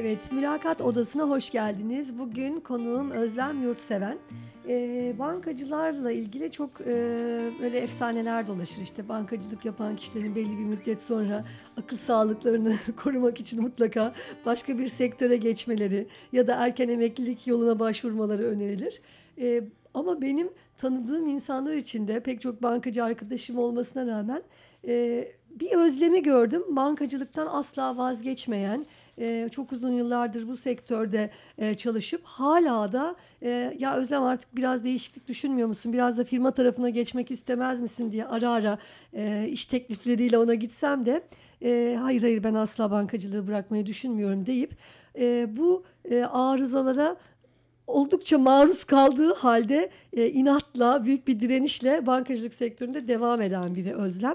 Evet, Mülakat Odası'na hoş geldiniz. Bugün konuğum Özlem Yurtseven. Bankacılarla ilgili çok böyle efsaneler dolaşır. İşte bankacılık yapan kişilerin belli bir müddet sonra akıl sağlıklarını korumak için mutlaka başka bir sektöre geçmeleri ya da erken emeklilik yoluna başvurmaları önerilir. Ama benim tanıdığım insanlar içinde pek çok bankacı arkadaşım olmasına rağmen bir özlemi gördüm. Bankacılıktan asla vazgeçmeyen, çok uzun yıllardır bu sektörde çalışıp hala da ya Özlem artık biraz değişiklik düşünmüyor musun? Biraz da firma tarafına geçmek istemez misin diye ara ara iş teklifleriyle ona gitsem de hayır hayır ben asla bankacılığı bırakmayı düşünmüyorum deyip bu arızalara oldukça maruz kaldığı halde inatla, büyük bir direnişle bankacılık sektöründe devam eden biri Özlem.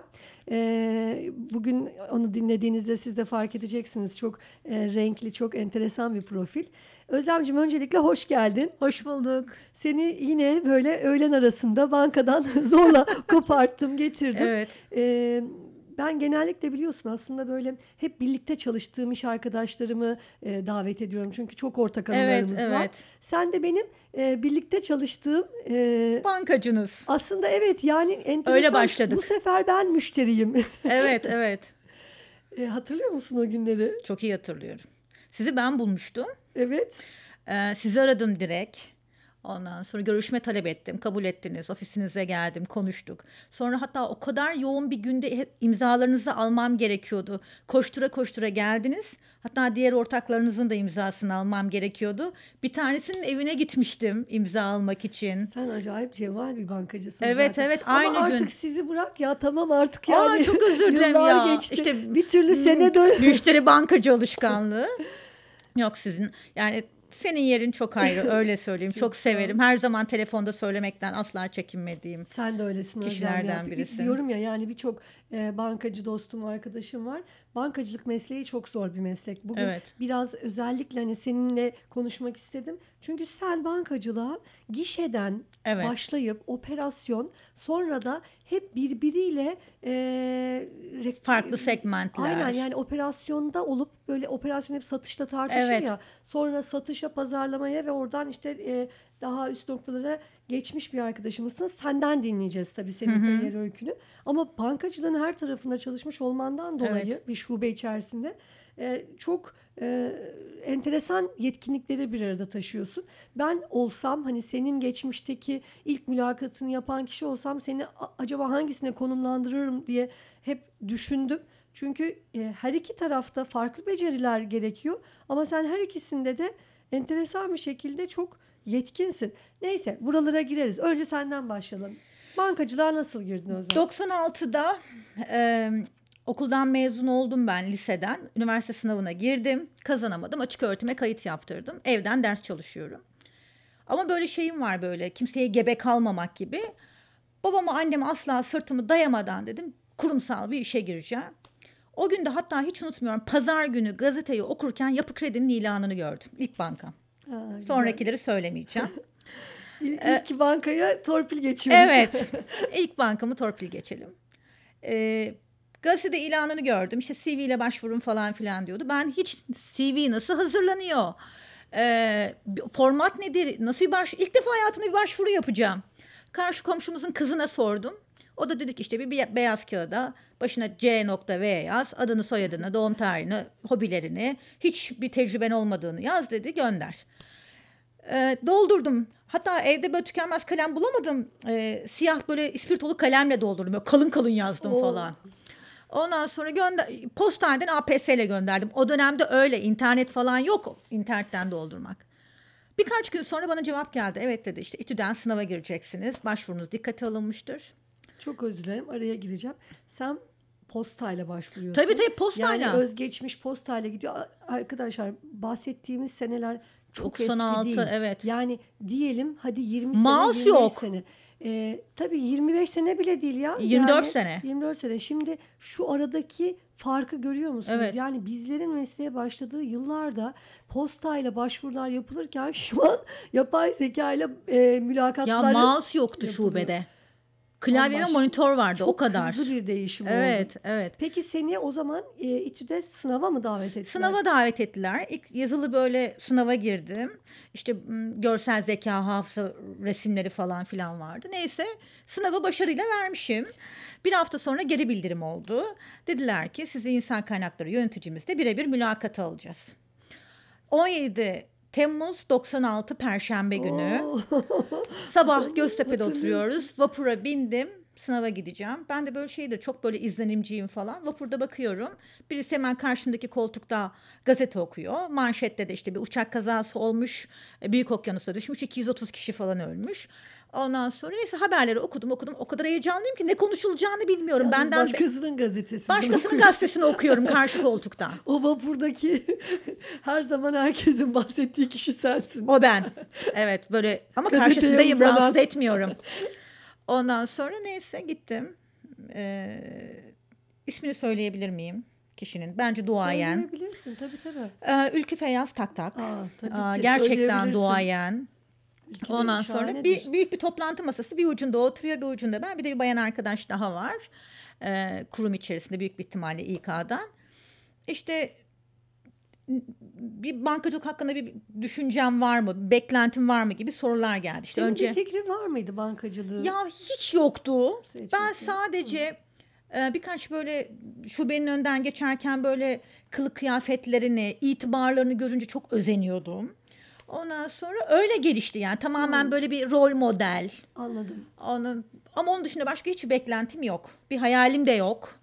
Bugün onu dinlediğinizde siz de fark edeceksiniz. Çok renkli, çok enteresan bir profil. Özlemciğim öncelikle hoş geldin. Hoş bulduk. Seni yine böyle öğlen arasında bankadan zorla koparttım, getirdim. Evet. Ben genellikle biliyorsun aslında böyle hep birlikte çalıştığım iş arkadaşlarımı davet ediyorum. Çünkü çok ortak anılarımız var. Evet. Sen de benim birlikte çalıştığım Bankacınız. aslında evet yani enteresan. Öyle başladık. Bu sefer ben müşteriyim. Evet. Hatırlıyor musun o günleri? Çok iyi hatırlıyorum. Sizi ben bulmuştum. Evet. Sizi aradım direkt. Ondan sonra görüşme talep ettim. Kabul ettiniz. Ofisinize geldim. Konuştuk. Sonra hatta o kadar yoğun bir günde imzalarınızı almam gerekiyordu. Koştura koştura geldiniz. Hatta diğer ortaklarınızın da imzasını almam gerekiyordu. Bir tanesinin evine gitmiştim imza almak için. Sen acayip cevval bir bankacısın Evet, zaten. evet, Ama aynı artık gün. sizi bırak ya tamam artık yani. Çok özür dilerim Yıllar ya. geçti. İşte bir türlü sene dön. müşteri bankacı alışkanlığı. Yok sizin yani senin yerin çok ayrı öyle söyleyeyim. Çok sağ ol. severim. Her zaman telefonda söylemekten asla çekinmediğim Sen de öylesin Özlem kişilerden ya. birisin. Diyorum ya yani birçok bankacı dostum, arkadaşım var. Bankacılık mesleği çok zor bir meslek. Bugün Evet. biraz özellikle hani seninle konuşmak istedim. Çünkü sen bankacılığa gişeden Evet. başlayıp operasyon sonra da hep birbiriyle Farklı segmentler. aynen yani operasyonda olup böyle operasyon hep satışla tartışır Evet. ya. Sonra satışa, pazarlamaya ve oradan işte daha üst noktalara geçmiş bir arkadaşımızsın. Senden dinleyeceğiz tabii senin kariyer öykünü. Ama bankacılığın her tarafında çalışmış olmandan dolayı bir şube içerisinde çok enteresan yetkinlikleri bir arada taşıyorsun. Ben olsam hani senin geçmişteki ilk mülakatını yapan kişi olsam seni acaba hangisine konumlandırırım diye hep düşündüm. Çünkü her iki tarafta farklı beceriler gerekiyor ama sen her ikisinde de enteresan bir şekilde çok yetkinsin. Neyse buralara gireriz. Önce senden başlayalım. Bankacılığa nasıl girdin Özlem? 96'da okuldan mezun oldum ben liseden. Üniversite sınavına girdim. Kazanamadım. Açık öğretime kayıt yaptırdım. Evden ders çalışıyorum. Ama böyle şeyim var böyle kimseye gebe kalmamak gibi. Babama anneme asla sırtımı dayamadan dedim kurumsal bir işe gireceğim. O gün de hatta hiç unutmuyorum pazar günü gazeteyi okurken Yapı Kredi'nin ilanını gördüm. İlk banka. Ha, güzel. Sonrakileri söylemeyeceğim. İlk bankaya torpil geçiyoruz. Evet. İlk bankamı torpil geçelim. Gazetede ilanını gördüm. İşte CV ile başvurun falan filan diyordu. Ben hiç CV nasıl hazırlanıyor? Format nedir? Nasıl bir İlk defa hayatımda bir başvuru yapacağım. Karşı komşumuzun kızına sordum. O da dedi ki işte bir beyaz kağıda başına C.V yaz. Adını, soyadını, doğum tarihini, hobilerini, hiçbir tecrüben olmadığını yaz dedi gönder. Doldurdum. Hatta evde böyle tükenmez kalem bulamadım. Siyah böyle ispirtolu kalemle doldurdum. Böyle kalın kalın yazdım falan. Ondan sonra postalden APS ile gönderdim. O dönemde öyle internet falan yok. İnternetten doldurmak. Birkaç gün sonra bana cevap geldi. Evet dedi işte İTÜ'den sınava gireceksiniz. Başvurunuz dikkate alınmıştır. Çok özür dilerim araya gireceğim. Sen postayla başvuruyorsun. Tabii postayla. Yani özgeçmiş postayla gidiyor. Arkadaşlar bahsettiğimiz seneler çok 96 eski değil. evet. Yani diyelim hadi 20 Mouse sene 25 yok. sene. Tabii 25 sene bile değil ya. 24 sene. 24 sene. Şimdi şu aradaki farkı görüyor musunuz? Evet. Yani bizlerin mesleğe başladığı yıllarda postayla başvurular yapılırken şu an yapay zeka ile mülakatlar Ya mouse yoktu yapılıyor. şubede. Klavye ve Bambaşka. monitör vardı, Çok o kadar. hızlı bir değişim oldu. Evet, evet. Peki seni o zaman İTÜ'de sınava mı davet ettiler? Sınava davet ettiler. İlk yazılı böyle sınava girdim. İşte görsel zeka, hafıza resimleri falan filan vardı. Neyse, sınavı başarıyla vermişim. Bir hafta sonra geri bildirim oldu. Dediler ki sizi insan kaynakları yöneticimizle birebir mülakata alacağız. 17 Temmuz 96 Perşembe günü. Oo. Sabah Göztepe'de Hatırlıyorsun. oturuyoruz. Vapura bindim. Sınava gideceğim. Ben de böyle şeydir, çok böyle izlenimciyim falan. Vapurda bakıyorum. Birisi hemen karşımdaki koltukta gazete okuyor. Manşette de işte bir uçak kazası olmuş. Büyük Okyanus'a düşmüş. 230 kişi falan ölmüş. Ondan sonra neyse haberleri okudum. O kadar heyecanlıyım ki ne konuşulacağını bilmiyorum. Yalnız başkasının gazetesinden Başkasının okuyorsun. gazetesini okuyorum karşı koltuktan. O vapurdaki her zaman herkesin bahsettiği kişi sensin. O ben. Evet, böyle ama Gazeteye karşısındayım, uzanan. rahatsız etmiyorum. Ondan sonra neyse gittim. İsmini söyleyebilir miyim kişinin? Bence duayen. Söyleyebilirsin tabii. Ülkü Feyyaz Tak Tak. Tabii ki Gerçekten söyleyebilirsin. duayen. Ülkü Ondan Bey sonra şahanedir. büyük bir toplantı masası, bir ucunda oturuyor, bir ucunda ben, bir de bir bayan arkadaş daha var. Kurum içerisinde büyük bir ihtimalle İK'dan. İşte bir bankacılık hakkında bir düşüncem var mı, beklentim var mı gibi sorular geldi. İşte Senin önce bir fikrin var mıydı bankacılığı? ya hiç yoktu. Seçmek Ben yok. sadece birkaç böyle şubenin önden geçerken böyle kılık kıyafetlerini, itibarlarını görünce çok özeniyordum. Ondan sonra öyle gelişti yani, tamamen böyle bir rol model. Anladım. Ama onun dışında başka hiçbir beklentim yok. Bir hayalim de yok.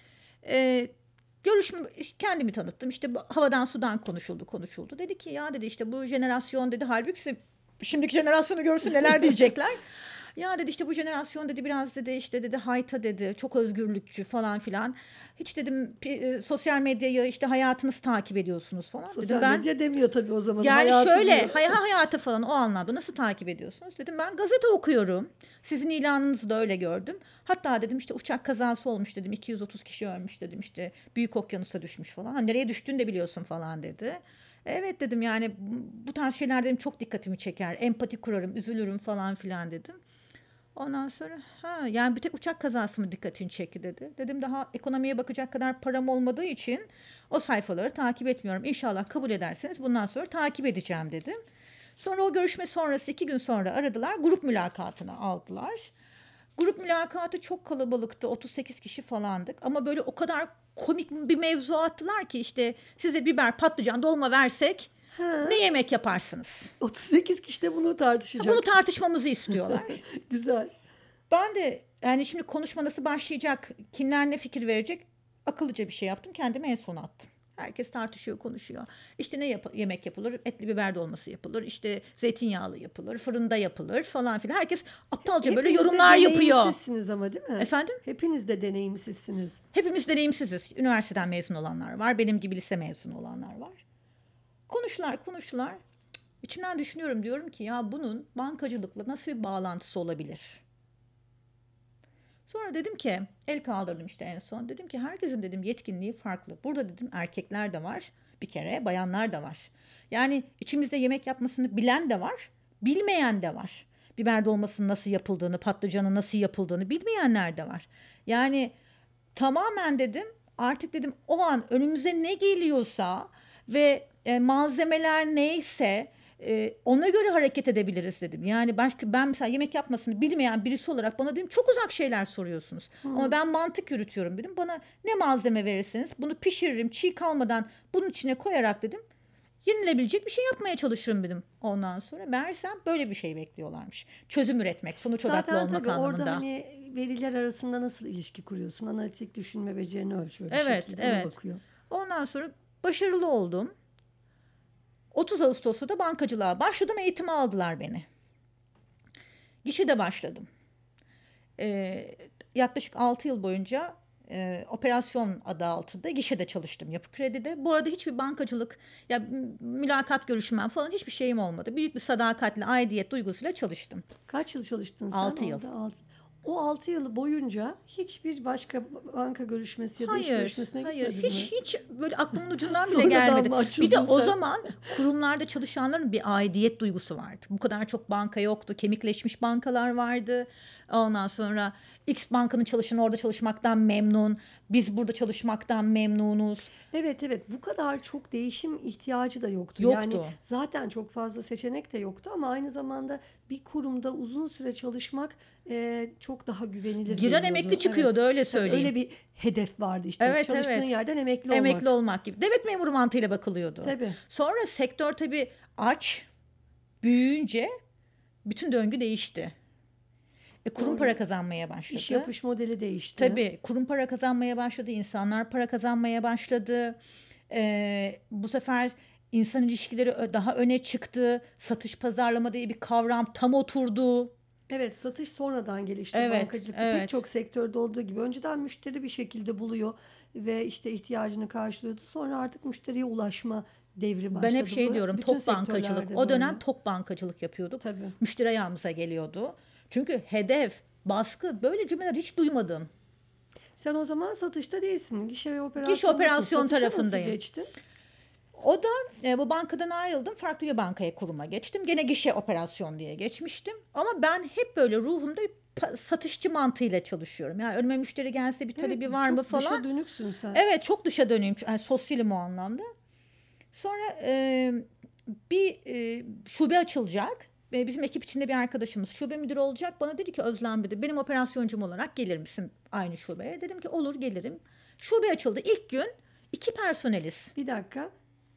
Görüşme, kendimi tanıttım. İşte havadan sudan konuşuldu. Dedi ki ya, dedi, işte bu jenerasyon, dedi, halbuki şimdiki jenerasyonu görsün neler diyecekler. Ya, dedi, işte bu jenerasyon, dedi, biraz, dedi, işte, dedi, hayta, dedi, çok özgürlükçü falan filan. Hiç, dedim, sosyal medyayı, işte hayatınızı takip ediyorsunuz falan. Sosyal Dedim, ben medya demiyor tabii o zaman. yani hayatı şöyle diyor. hayatı falan o anlamda nasıl takip ediyorsunuz? Dedim ben gazete okuyorum. Sizin ilanınızı da öyle gördüm. Hatta dedim işte uçak kazası olmuş, dedim 230 kişi ölmüş, dedim işte Büyük Okyanus'a düşmüş falan. Ha, nereye düştüğünü de biliyorsun falan dedi. Evet, dedim, yani bu tarz şeyler, dedim, çok dikkatimi çeker. Empati kurarım, üzülürüm falan filan dedim. Ondan sonra yani bir tek uçak kazası mı dikkatini çekti, dedi. Dedim daha ekonomiye bakacak kadar param olmadığı için o sayfaları takip etmiyorum. İnşallah kabul ederseniz bundan sonra takip edeceğim, dedim. Sonra o görüşme sonrası 2 gün sonra aradılar. Grup mülakatına aldılar. Grup mülakatı çok kalabalıktı. 38 kişi falandık. Ama böyle o kadar komik bir mevzu attılar ki, işte size biber, patlıcan, dolma versek ne yemek yaparsınız? 38 kişi de bunu tartışacak. Bunu tartışmamızı istiyorlar. Güzel. Ben de yani şimdi konuşma nasıl başlayacak, kimler ne fikir verecek, akıllıca bir şey yaptım, kendimi en sona attım. Herkes tartışıyor, konuşuyor. İşte yemek yapılır, etli biber dolması yapılır, işte zeytinyağlı yapılır, fırında yapılır falan filan. Herkes aptalca böyle Hepiniz de yorumlar yapıyor. deneyimsizsiniz ama değil mi? Efendim? Hepiniz de deneyimsizsiniz. Hepimiz deneyimsiziz. Üniversiteden mezun olanlar var, benim gibi lise mezunu olanlar var. Konuştular. İçimden düşünüyorum, diyorum ki ya bunun bankacılıkla nasıl bir bağlantısı olabilir? Sonra dedim ki, el kaldırdım işte en son. Dedim ki herkesin, dedim, yetkinliği farklı. Burada, dedim, erkekler de var bir kere, bayanlar da var. Yani içimizde yemek yapmasını bilen de var, bilmeyen de var. Biber dolmasının nasıl yapıldığını, patlıcanın nasıl yapıldığını bilmeyenler de var. Yani tamamen, dedim, artık, dedim, o an önümüze ne geliyorsa ve malzemeler neyse ona göre hareket edebiliriz, dedim. Yani ben mesela yemek yapmasını bilmeyen birisi olarak bana, dedim, çok uzak şeyler soruyorsunuz. Ama ben mantık yürütüyorum, dedim. Bana ne malzeme verirseniz bunu pişiririm, çiğ kalmadan bunun içine koyarak, dedim, yenilebilecek bir şey yapmaya çalışırım, dedim. Ondan sonra meğersem böyle bir şey bekliyorlarmış. Çözüm üretmek, sonuç odaklı Zaten olmak tabii anlamında. orada hani veriler arasında nasıl ilişki kuruyorsun? Analitik düşünme becerini ölçüyor bir Evet, şekilde. Ona evet. bakıyor. Ondan sonra başarılı oldum. 30 Ağustos'ta da bankacılığa başladım. Eğitimi aldılar beni. Gişede başladım. Yaklaşık 6 yıl boyunca operasyon adı altında gişede çalıştım Yapı Kredi'de. Bu arada hiçbir bankacılık, ya mülakat görüşmem falan hiçbir şeyim olmadı. Büyük bir sadakatle, aidiyet duygusuyla çalıştım. Kaç yıl çalıştın sen? 6 yıl. Orada? O 6 yıl boyunca hiçbir başka banka görüşmesi ya da iş Hayır, görüşmesine hayır. gitmedin mi? Hiç böyle aklımın ucundan bile Sonradan gelmedi. mı Bir de açıldın o sen? zaman kurumlarda çalışanların bir aidiyet duygusu vardı. Bu kadar çok banka yoktu. Kemikleşmiş bankalar vardı. Ondan sonra X bankanın çalışanı orada çalışmaktan memnun. Biz burada çalışmaktan memnunuz. Evet, evet, bu kadar çok değişim ihtiyacı da yoktu. Yani Yoktu. zaten çok fazla seçenek de yoktu ama aynı zamanda bir kurumda uzun süre çalışmak çok daha güvenilir Giren geliyordu. emekli çıkıyordu, Evet. öyle Tabii söyleyeyim. öyle bir hedef vardı işte. Evet, Çalıştığın evet. yerden emekli Emekli olmak. olmak gibi. Devlet memuru mantığıyla bakılıyordu. Tabii. Sonra sektör tabii aç, büyüyünce bütün döngü değişti. Kurum para Doğru. kazanmaya İş başladı. yapış modeli değişti. Tabii kurum para kazanmaya başladı, insanlar para kazanmaya başladı. Bu sefer insan ilişkileri daha öne çıktı. Satış pazarlama diye bir kavram tam oturdu. Evet, satış sonradan gelişti Evet, bankacılıkta. Pek evet. çok sektörde olduğu gibi. Önceden müşteri bir şekilde buluyor ve işte ihtiyacını karşılıyordu. Sonra artık müşteriye ulaşma devri Ben hep başladı. şey Bu diyorum, bütün tok bankacılık. sektörlerde O böyle. dönem tok bankacılık yapıyorduk. Tabii. Müşteri ayağımıza geliyordu. Çünkü hedef, baskı böyle cümleler hiç duymadım. Sen o zaman satışta değilsin. Gişe ve Gişe operasyondasın. operasyon Satışa nasıl tarafındayım. geçtin? O da bu bankadan ayrıldım. Farklı bir bankaya, kuruma geçtim. Gene gişe operasyon diye geçmiştim. Ama ben hep böyle ruhumda satışçı mantığıyla çalışıyorum. Yani önüme müşteri gelse bir Evet, talebi var mı çok dışa falan. dönüksün sen. Evet, çok dışa dönüyorum. Yani sosyalim o anlamda. Sonra bir şube açılacak. Bizim ekip içinde bir arkadaşımız şube müdürü olacak. Bana dedi ki Özlem dedi, benim operasyoncum olarak gelir misin aynı şubeye? Dedim ki olur, gelirim. Şube açıldı. İlk gün 2 personeliz. Bir dakika.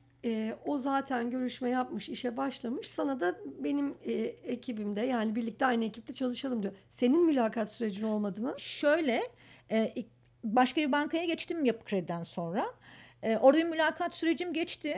O zaten görüşme yapmış, işe başlamış. Sana da benim ekibimde, yani birlikte aynı ekipte çalışalım diyor. Senin mülakat sürecin olmadı mı? Şöyle başka bir bankaya geçtim Yapı Kredi'den sonra. Orada bir mülakat sürecim geçti.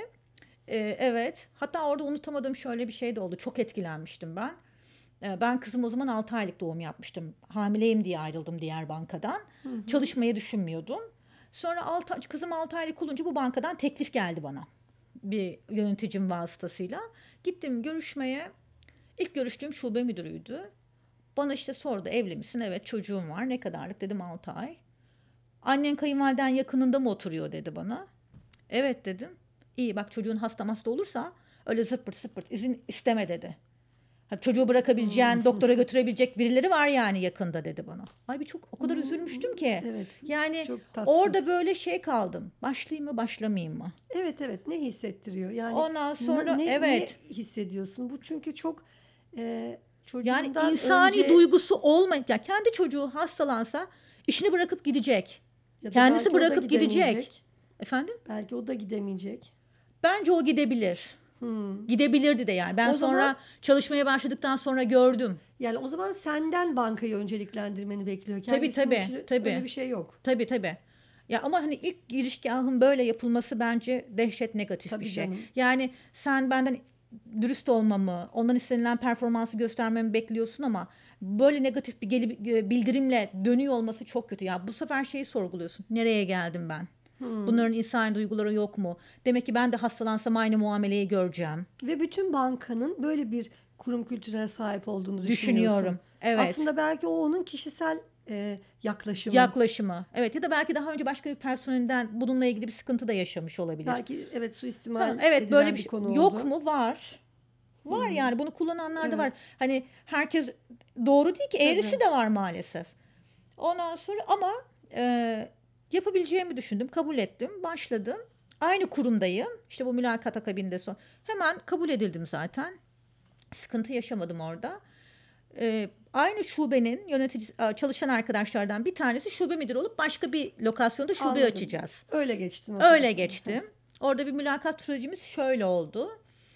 Evet. Hatta orada unutamadığım şöyle bir şey de oldu. Çok etkilenmiştim ben. Ben kızım o zaman 6 aylık doğum yapmıştım. Hamileyim diye ayrıldım diğer bankadan. Çalışmayı düşünmüyordum. Sonra kızım 6 aylık olunca bu bankadan teklif geldi bana. Bir yöneticim vasıtasıyla. Gittim görüşmeye. İlk görüştüğüm şube müdürüydü. Bana işte sordu, evli misin? Evet, çocuğum var. Ne kadarlık? Dedim 6 ay. Annen kayınvaliden yakınında mı oturuyor dedi bana. Evet dedim. İyi bak, çocuğun hasta olursa öyle zıpırt zıpırt izin isteme dedi. Ha, çocuğu bırakabileceğin, doktora götürebilecek birileri var yani yakında dedi bana. Ay bir çok o kadar üzülmüştüm ki. Evet. Yani Çok tatsız. orada böyle şey kaldım. Başlayayım mı başlamayayım mı? Evet, evet, ne hissettiriyor? Yani Ondan sonra ne evet. hissediyorsun? Bu çünkü çok Yani çocuğundan insani önce duygusu olmayıp ya kendi çocuğu hastalansa işini bırakıp gidecek. ya da Kendisi belki o da bırakıp gidecek. gidemeyecek. Efendim? Belki o da gidemeyecek. Bence o gidebilir. Gidebilirdi de yani. Ben O sonra zaman çalışmaya başladıktan sonra gördüm. Yani o zaman senden bankayı önceliklendirmeni bekliyor. Tabii Kendisinin tabii için tabii. öyle bir şey yok. Tabii tabii. Ya ama hani ilk girişgahın böyle yapılması bence dehşet negatif Tabii bir şey. canım. Yani sen benden dürüst olmamı, ondan istenilen performansı göstermemi bekliyorsun ama böyle negatif bir bildirimle dönüyor olması çok kötü. Ya bu sefer şeyi sorguluyorsun. Nereye geldim ben? Bunların insani duyguları yok mu? Demek ki ben de hastalansam aynı muameleyi göreceğim. Ve bütün bankanın böyle bir kurum kültürüne sahip olduğunu düşünüyorsun. Düşünüyorum. Evet. Aslında belki o onun kişisel yaklaşımı. Yaklaşımı. Evet, ya da belki daha önce başka bir personelinden bununla ilgili bir sıkıntı da yaşamış olabilir. Belki evet, suistimal Ha, evet, edilen böyle bir bir şey konu yok oldu. mu? Var. Var yani, bunu kullananlar da Evet. var. Hani herkes doğru değil ki, eğrisi Tabii. de var maalesef. Ondan sonra ama yapabileceğimi düşündüm, kabul ettim, başladım. Aynı kurumdayım. İşte bu mülakat akabinde hemen kabul edildim zaten. Sıkıntı yaşamadım orada. Aynı şubenin yönetici çalışan arkadaşlardan bir tanesi şube müdürü olup başka bir lokasyonda şube Anladım. açacağız. Öyle geçtin. o Öyle tarafa. geçtim. Orada bir mülakat sürecimiz şöyle oldu.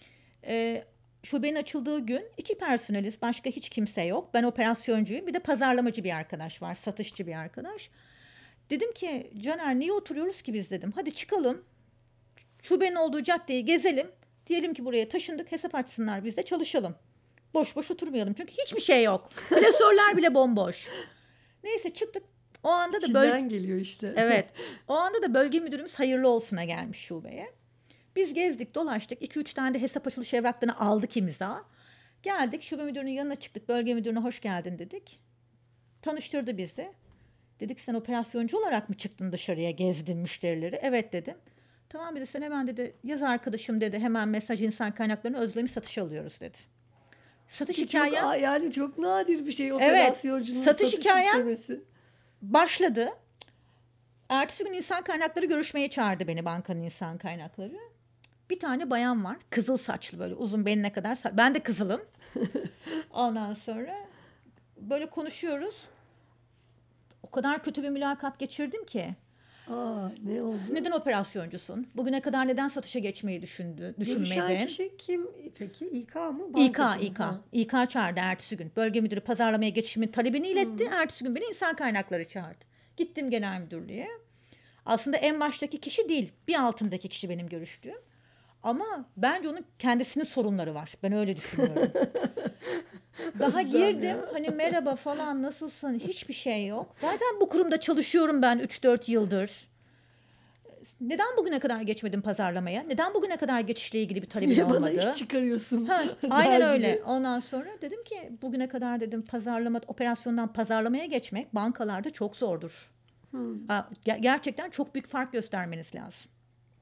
Şubenin açıldığı gün 2 personeliz. Başka hiç kimse yok. Ben operasyoncuyum. Bir de pazarlamacı bir arkadaş var. Satışçı bir arkadaş. Dedim ki Caner, niye oturuyoruz ki biz dedim. Hadi çıkalım. Şubenin olduğu caddeyi gezelim. Diyelim ki buraya taşındık. Hesap açsınlar, biz de çalışalım. Boş boş oturmayalım. Çünkü hiçbir şey yok. Klasörler bile bomboş. Neyse çıktık. O anda da İçinden geliyor işte. Evet. O anda da bölge müdürümüz hayırlı olsuna gelmiş şubeye. Biz gezdik, dolaştık. 2-3 tane de hesap açılış evraklarını aldık imza. Geldik, şube müdürünün yanına çıktık. Bölge müdürüne hoş geldin dedik. Tanıştırdı bizi. Dedik sen operasyoncu olarak mı çıktın dışarıya, gezdin müşterileri? Evet dedim. Tamam dedi, sen hemen dedi yaz arkadaşım dedi, hemen mesaj insan kaynaklarını özlemi satış alıyoruz dedi. Satış Çok, hikayem yani çok nadir bir şey evet, operasyoncunun satış satış hikayem istemesi. başladı. Ertesi gün insan kaynakları görüşmeye çağırdı beni, bankanın insan kaynakları. Bir tane bayan var, kızıl saçlı, böyle uzun beline kadar ben de kızılım. Ondan sonra böyle konuşuyoruz. O kadar kötü bir mülakat geçirdim ki. Ne oldu? Neden operasyoncusun? Bugüne kadar neden satışa geçmeyi Görüşen düşünmedin? kişi kim peki? İK mı? İK, Bankacı mı? İK. Ha. İK çağırdı ertesi gün. Bölge müdürü pazarlamaya geçişimin talebini iletti. Ertesi gün beni insan kaynakları çağırdı. Gittim genel müdürlüğe. Aslında en baştaki kişi değil, bir altındaki kişi benim görüştüğüm. Ama bence onun kendisinin sorunları var. Ben öyle düşünüyorum. Daha Özlem girdim, ya. hani merhaba falan, nasılsın? Hiçbir şey yok. Zaten bu kurumda çalışıyorum ben 3-4 yıldır. Neden bugüne kadar geçmedim pazarlamaya? Neden bugüne kadar geçişle ilgili bir talebin Niye bana olmadı? iş çıkarıyorsun? Ha, aynen Der öyle. gibi. Ondan sonra dedim ki bugüne kadar dedim operasyondan pazarlamaya geçmek bankalarda çok zordur. Gerçekten çok büyük fark göstermeniz lazım.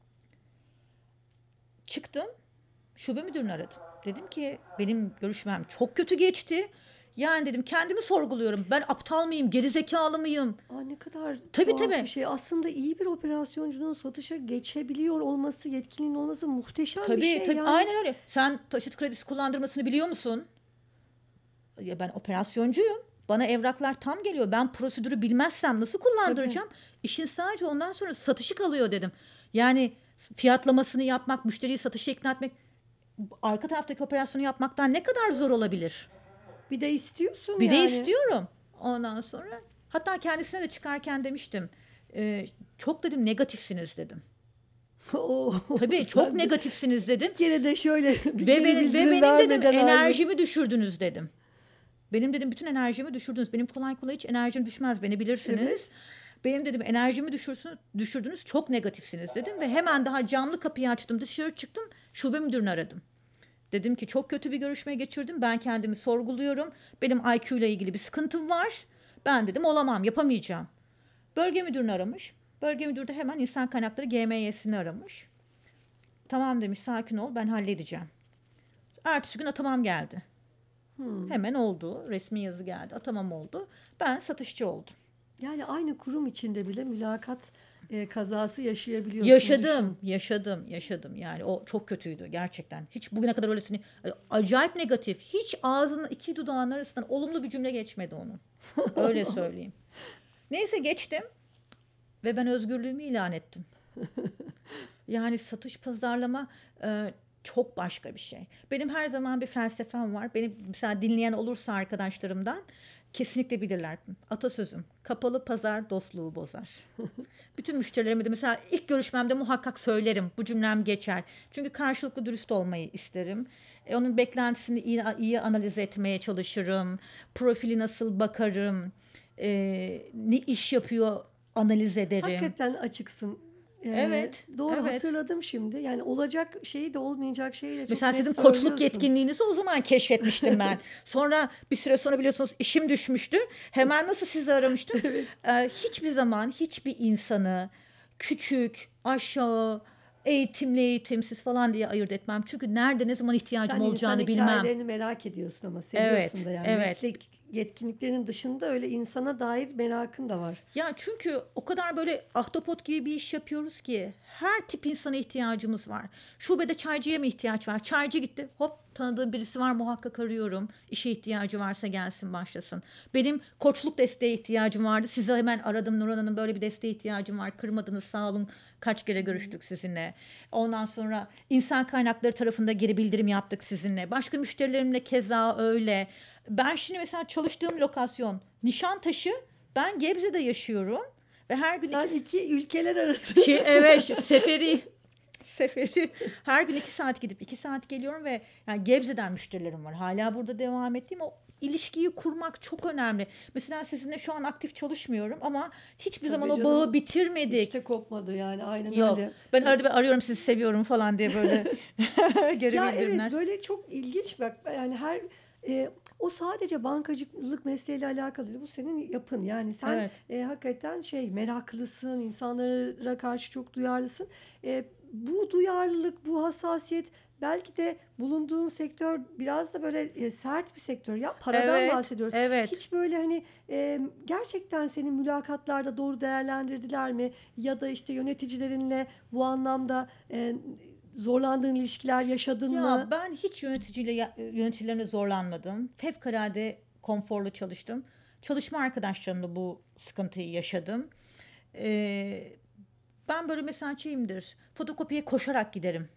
Çıktım, şube müdürünü aradım. Dedim ki benim görüşmem çok kötü geçti. Yani dedim kendimi sorguluyorum. Ben aptal mıyım, gerizekalı mıyım? Ne kadar Tabii, tuhaf tabii. bir şey. Aslında iyi bir operasyoncunun satışa geçebiliyor olması, yetkinliğin olması muhteşem bir Tabii, şey. tabii. Yani. Aynen öyle. Sen taşıt kredisi kullandırmasını biliyor musun? Ya ben operasyoncuyum. Bana evraklar tam geliyor. Ben prosedürü bilmezsem nasıl kullandıracağım? İşin sadece ondan sonra satışı kalıyor dedim. Yani fiyatlamasını yapmak, müşteriyi satışa ikna etmek, arka taraftaki operasyonu yapmaktan ne kadar zor olabilir? Bir de istiyorsun Bir de yani. istiyorum. Ondan sonra hatta kendisine de çıkarken demiştim. Çok dedim negatifsiniz dedim. Tabii çok Sen de negatifsiniz dedim. bir kere de şöyle bir Ve kere benim bildirim dedim vermeden enerjimi düşürdünüz dedim. Benim dedim bütün enerjimi düşürdünüz. Benim kolay kolay hiç enerjim düşmez. Beni bilirsiniz. Evet. Benim dedim enerjimi düşürdünüz. Çok negatifsiniz dedim. Ve hemen daha camlı kapıyı açtım. Dışarı çıktım. Şube müdürünü aradım. Dedim ki çok kötü bir görüşme geçirdim. Ben kendimi sorguluyorum. Benim IQ ile ilgili bir sıkıntım var. Ben dedim olamam, yapamayacağım. Bölge müdürünü aramış. Bölge müdürü de hemen insan kaynakları GMY'sini aramış. Tamam demiş, sakin ol, ben halledeceğim. Ertesi gün atamam geldi. Hemen oldu. Resmi yazı geldi. Atamam oldu. Ben satışçı oldum. Yani aynı kurum içinde bile mülakat kazası yaşayabiliyorsun. Düşün. Yaşadım. Yani o çok kötüydü gerçekten. Hiç bugüne kadar öylesini acayip negatif. Hiç ağzının iki dudağının arasından olumlu bir cümle geçmedi onun. Öyle söyleyeyim. Neyse geçtim ve ben özgürlüğümü ilan ettim. Yani satış, pazarlama çok başka bir şey. Benim her zaman bir felsefem var. Beni mesela dinleyen olursa arkadaşlarımdan kesinlikle bilirler. Atasözüm: kapalı pazar dostluğu bozar. Bütün müşterilerime de mesela ilk görüşmemde muhakkak söylerim. Bu cümlem geçer. Çünkü karşılıklı dürüst olmayı isterim. Onun beklentisini iyi analiz etmeye çalışırım. Profili nasıl bakarım. Ne iş yapıyor analiz ederim. Hakikaten açıksın. Evet. Doğru, evet. hatırladım şimdi. Yani olacak şeyi de olmayacak şeyi de çok Mesela net sizin koçluk söylüyorsun. yetkinliğinizi o zaman keşfetmiştim ben. Sonra bir süre sonra biliyorsunuz işim düşmüştü. Hemen nasıl sizi aramıştım? Hiçbir zaman hiçbir insanı küçük, aşağı, eğitimli, eğitimsiz falan diye ayırt etmem. Çünkü nerede ne zaman ihtiyacım Sen olacağını insan bilmem. hikayelerini merak ediyorsun ama seviyorsun Evet, da yani. evet. Meslek yetkinliklerinin dışında öyle insana dair merakın da var. Ya çünkü o kadar böyle ahtapot gibi bir iş yapıyoruz ki her tip insana ihtiyacımız var. Şubede çaycıya mı ihtiyaç var? Çaycı gitti. Hop, tanıdığım birisi var, muhakkak arıyorum. İşe ihtiyacı varsa gelsin, başlasın. Benim koçluk desteğe ihtiyacım vardı. Size hemen aradım, Nurhan Hanım böyle bir desteğe ihtiyacım var. Kırmadınız, sağ olun. Kaç kere görüştük sizinle. Ondan sonra insan kaynakları tarafında geri bildirim yaptık sizinle. Başka müşterilerimle keza öyle. Ben şimdi mesela çalıştığım lokasyon Nişantaşı. Ben Gebze'de yaşıyorum ve her gün Sen iki ülkeler arası. evet, seferi her gün 2 saat gidip 2 saat geliyorum ve yani Gebze'den müşterilerim var. Hala burada devam ettiğim, o ilişkiyi kurmak çok önemli. Mesela sizinle şu an aktif çalışmıyorum ama hiçbir zaman Tabii o bağı canım. bitirmedik. Hiç de kopmadı yani, aynen Yok. öyle. Ben arada bir arıyorum, sizi seviyorum falan diye böyle geri Ya evet, bildirimler. böyle çok ilginç bak, yani e, o sadece bankacılık mesleğiyle alakalı değil. Bu senin yapın. Yani sen Evet. hakikaten meraklısın, insanlara karşı çok duyarlısın. Bu duyarlılık, bu hassasiyet, belki de bulunduğun sektör biraz da böyle sert bir sektör. Ya paradan Evet. bahsediyoruz. Evet. Hiç böyle hani gerçekten seni mülakatlarda doğru değerlendirdiler mi? Ya da işte yöneticilerinle bu anlamda zorlandığın ilişkiler yaşadın Ya mı? ben hiç yöneticilerimle zorlanmadım. Fevkalade konforlu çalıştım. Çalışma arkadaşlarımla bu sıkıntıyı yaşadım. Ee, Ben böyle mesela şeyimdir. Fotokopiye koşarak giderim.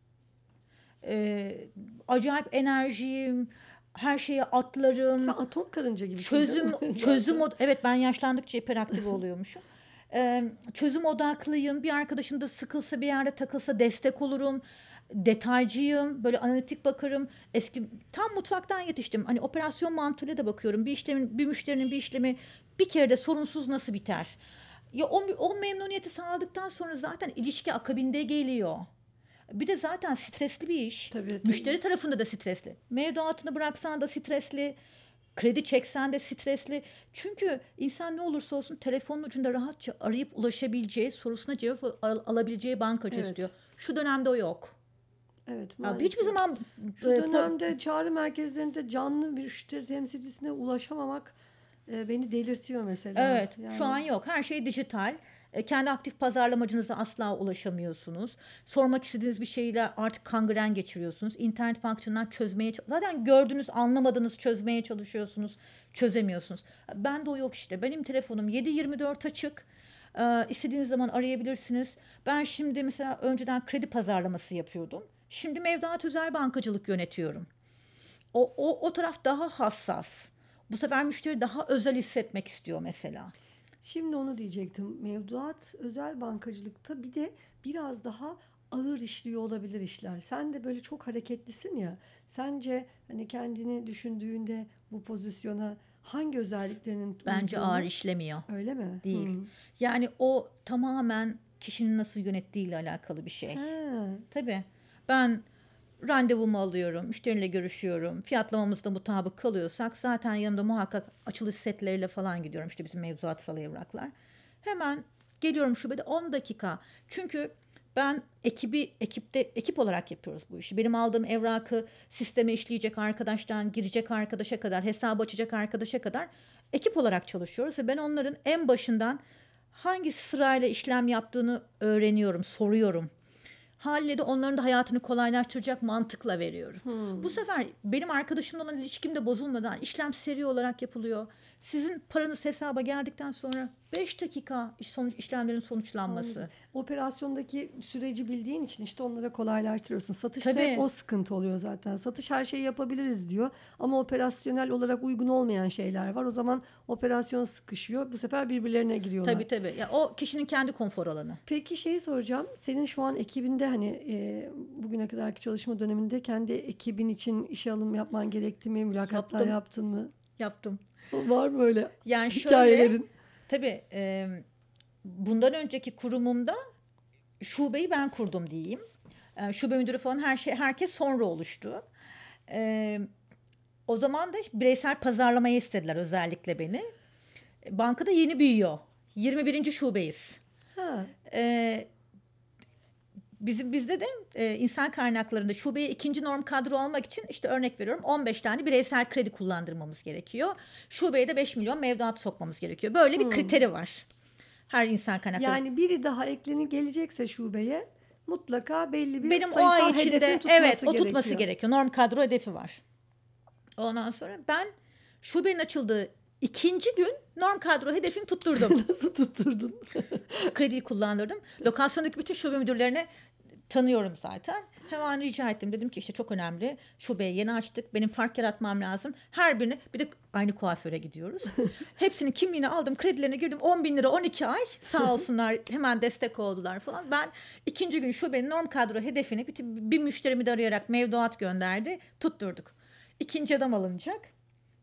Ee, Acayip enerjiyim. Her şeye Sen atlarım. atom karınca gibisin Çözüm canım çözüm zaten. evet, ben yaşlandıkça hiperaktif oluyormuşum. Çözüm odaklıyım. Bir arkadaşım da sıkılsa, bir yerde takılsa destek olurum. Detaycıyım. Böyle analitik bakarım. Tam mutfaktan yetiştim. Hani operasyon mantığıyla da bakıyorum. Bir müşterinin bir işlemi bir kere de sorunsuz nasıl biter? Ya o memnuniyeti sağladıktan sonra zaten ilişki akabinde geliyor. Bir de zaten stresli bir iş. Tabii tabii. Müşteri tarafında da stresli. Mevduatını bıraksan da stresli. Kredi çeksen de stresli. Çünkü insan ne olursa olsun telefonun ucunda rahatça arayıp ulaşabileceği, sorusuna cevap alabileceği bankacı istiyor. Evet. Şu dönemde o yok. Evet, Ya hiçbir maalesef. zaman Şu dönemde çağrı merkezlerinde canlı bir müşteri temsilcisine ulaşamamak beni delirtiyor mesela. evet, şu an Yani yok. Her şey dijital. Kendi aktif pazarlamacınıza asla ulaşamıyorsunuz. Sormak istediğiniz bir şeyle artık kangren geçiriyorsunuz. İnternet fonksiyonundan zaten gördünüz, anlamadınız, çözmeye çalışıyorsunuz, çözemiyorsunuz. Bende o yok işte. Benim telefonum 7/24 açık. İstediğiniz zaman arayabilirsiniz. Ben şimdi mesela önceden kredi pazarlaması yapıyordum. Şimdi mevduat özel bankacılık yönetiyorum. O taraf daha hassas. Bu sefer müşteri daha özel hissetmek istiyor mesela. şimdi onu diyecektim. Mevduat özel bankacılıkta bir de biraz daha ağır işliyor olabilir işler. Sen de böyle çok hareketlisin ya. Sence hani kendini düşündüğünde bu pozisyona hangi özelliklerinin Bence ağır uyduğunu, işlemiyor. öyle mi? Değil. Yani o tamamen kişinin nasıl yönettiğiyle alakalı bir şey. He. Tabii. Ben randevumu alıyorum, müşteriyle görüşüyorum. Fiyatlamamızda mutabık kalıyorsak zaten yanımda muhakkak açılış setleriyle falan gidiyorum. İşte bizim mevzuatsal evraklar. Hemen geliyorum şubede 10 dakika. Çünkü ben ekip olarak yapıyoruz bu işi. Benim aldığım evrakı sisteme işleyecek arkadaştan girecek arkadaşa kadar, hesabı açacak arkadaşa kadar ekip olarak çalışıyoruz ve ben onların en başından hangi sırayla işlem yaptığını öğreniyorum, soruyorum. Haliyle de onların da hayatını kolaylaştıracak mantıkla veriyorum. Bu sefer benim arkadaşımla olan ilişkim de bozulmadan işlem seri olarak yapılıyor. Sizin paranız hesaba geldikten sonra 5 dakika işlemlerin Anladım. sonuçlanması. Operasyondaki süreci bildiğin için işte onlara kolaylaştırıyorsun. Satışta hep Tabii. o sıkıntı oluyor zaten. Satış her şeyi yapabiliriz diyor ama operasyonel olarak uygun olmayan şeyler var. O zaman operasyon sıkışıyor. Bu sefer birbirlerine giriyorlar. Tabii tabii. Ya o kişinin kendi konfor alanı. Peki şeyi soracağım. Senin şu an ekibinde hani bugüne kadarki çalışma döneminde kendi ekibin için işe alım yapman gerekti mi? Mülakatlar Yaptım. yaptın mı? Yaptım. Var mı öyle Yani şöyle, hikayelerin? tabii bundan önceki kurumumda şubeyi ben kurdum diyeyim. Şube müdürü falan herkes sonra oluştu. E, O zaman da bireysel pazarlamaya istediler özellikle beni. Bankada yeni büyüyor. 21. şubeyiz. Ha. E, bizde de insan kaynaklarında şubeye ikinci norm kadro almak için işte örnek veriyorum 15 tane bireysel kredi kullandırmamız gerekiyor. Şubeye de 5 milyon mevduat sokmamız gerekiyor. Böyle bir kriteri var. Her insan kaynakları. Yani biri daha gelecekse şubeye mutlaka belli bir Benim o ay sayısal hedefin içinde tutması evet o tutması gerekiyor. gerekiyor. Norm kadro hedefi var. Ondan sonra ben şubenin açıldığı ikinci gün norm kadro hedefini tutturdum. Nasıl tutturdun? Krediyi kullandırdım. Lokasyondaki bütün şube müdürlerine tanıyorum zaten. Hemen rica ettim. Dedim ki işte çok önemli. Şubeyi yeni açtık. Benim fark yaratmam lazım. Her birine bir de aynı kuaföre gidiyoruz. Hepsinin kimliğini aldım. Kredilerine girdim. 10 bin lira 12 ay. Sağ olsunlar hemen destek oldular falan. Ben ikinci gün şubenin norm kadro hedefini bir müşterimi de arayarak mevduat gönderdi. Tutturduk. İkinci adam alınacak.